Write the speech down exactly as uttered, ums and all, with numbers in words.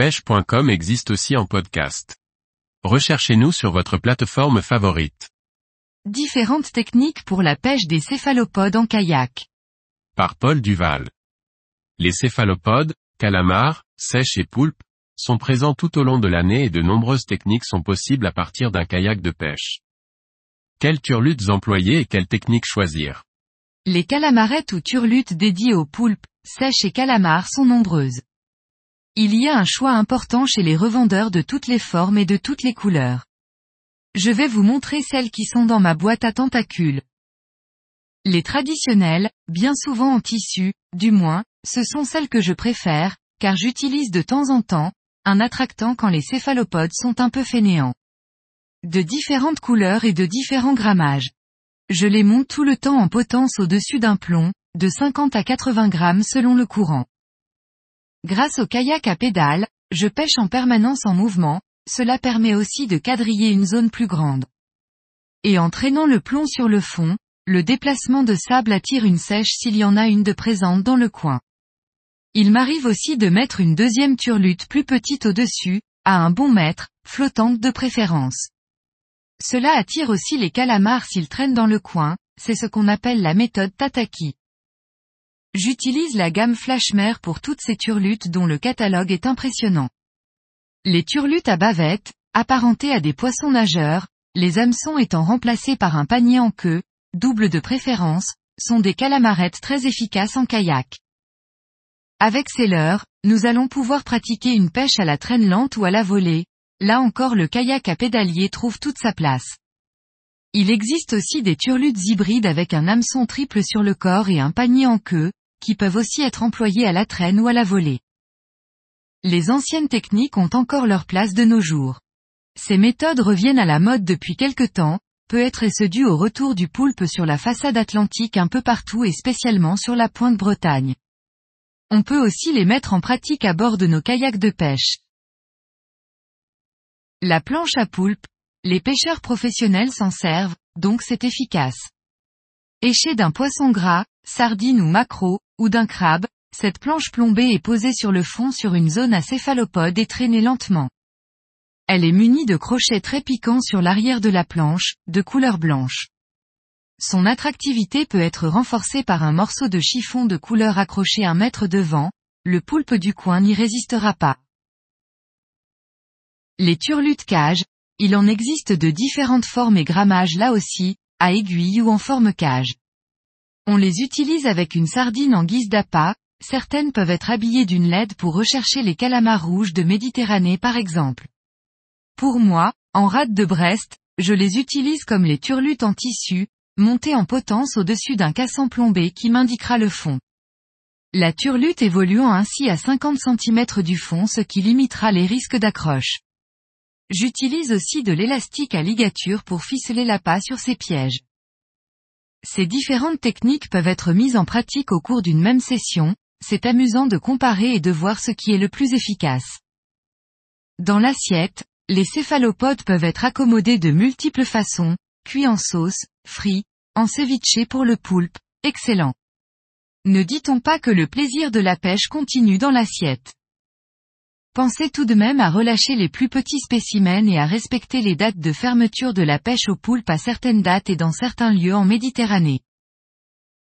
pêche point com existe aussi en podcast. Recherchez-nous sur votre plateforme favorite. Différentes techniques pour la pêche des céphalopodes en kayak. Par Paul Duval. Les céphalopodes, calamars, seiches et poulpes, sont présents tout au long de l'année et de nombreuses techniques sont possibles à partir d'un kayak de pêche. Quelles turlutes employer et quelles techniques choisir? Les calamarettes ou turlutes dédiées aux poulpes, seiches et calamars sont nombreuses. Il y a un choix important chez les revendeurs de toutes les formes et de toutes les couleurs. Je vais vous montrer celles qui sont dans ma boîte à tentacules. Les traditionnelles, bien souvent en tissu, du moins, ce sont celles que je préfère, car j'utilise de temps en temps, un attractant quand les céphalopodes sont un peu fainéants. De différentes couleurs et de différents grammages. Je les monte tout le temps en potence au-dessus d'un plomb, de cinquante à quatre-vingts grammes selon le courant. Grâce au kayak à pédales, je pêche en permanence en mouvement, cela permet aussi de quadriller une zone plus grande. Et en traînant le plomb sur le fond, le déplacement de sable attire une seiche s'il y en a une de présente dans le coin. Il m'arrive aussi de mettre une deuxième turlute plus petite au-dessus, à un bon mètre, flottante de préférence. Cela attire aussi les calamars s'ils traînent dans le coin, c'est ce qu'on appelle la méthode Tataki. J'utilise la gamme Flashmare pour toutes ces turlutes dont le catalogue est impressionnant. Les turlutes à bavette, apparentées à des poissons nageurs, les hameçons étant remplacés par un panier en queue, double de préférence, sont des calamarettes très efficaces en kayak. Avec ces leurres, nous allons pouvoir pratiquer une pêche à la traîne lente ou à la volée, là encore le kayak à pédalier trouve toute sa place. Il existe aussi des turlutes hybrides avec un hameçon triple sur le corps et un panier en queue, qui peuvent aussi être employés à la traîne ou à la volée. Les anciennes techniques ont encore leur place de nos jours. Ces méthodes reviennent à la mode depuis quelque temps, peut-être est-ce dû au retour du poulpe sur la façade atlantique un peu partout et spécialement sur la pointe Bretagne. On peut aussi les mettre en pratique à bord de nos kayaks de pêche. La planche à poulpe, les pêcheurs professionnels s'en servent, donc c'est efficace. Échée d'un poisson gras, sardine ou maquereau, ou d'un crabe, cette planche plombée est posée sur le fond sur une zone à céphalopode et traînée lentement. Elle est munie de crochets très piquants sur l'arrière de la planche, de couleur blanche. Son attractivité peut être renforcée par un morceau de chiffon de couleur accroché un mètre devant, le poulpe du coin n'y résistera pas. Les turlutes cage, il en existe de différentes formes et grammages là aussi, à aiguille ou en forme cage. On les utilise avec une sardine en guise d'appât, certaines peuvent être habillées d'une L E D pour rechercher les calamars rouges de Méditerranée par exemple. Pour moi, en rade de Brest, je les utilise comme les turlutes en tissu, montées en potence au-dessus d'un caisson plombé qui m'indiquera le fond. La turlute évoluant ainsi à cinquante centimètres du fond ce qui limitera les risques d'accroche. J'utilise aussi de l'élastique à ligature pour ficeler l'appât sur ces pièges. Ces différentes techniques peuvent être mises en pratique au cours d'une même session, c'est amusant de comparer et de voir ce qui est le plus efficace. Dans l'assiette, les céphalopodes peuvent être accommodés de multiples façons, cuits en sauce, frits, en ceviche pour le poulpe, excellent. Ne dit-on pas que le plaisir de la pêche continue dans l'assiette? Pensez tout de même à relâcher les plus petits spécimens et à respecter les dates de fermeture de la pêche au poulpe à certaines dates et dans certains lieux en Méditerranée.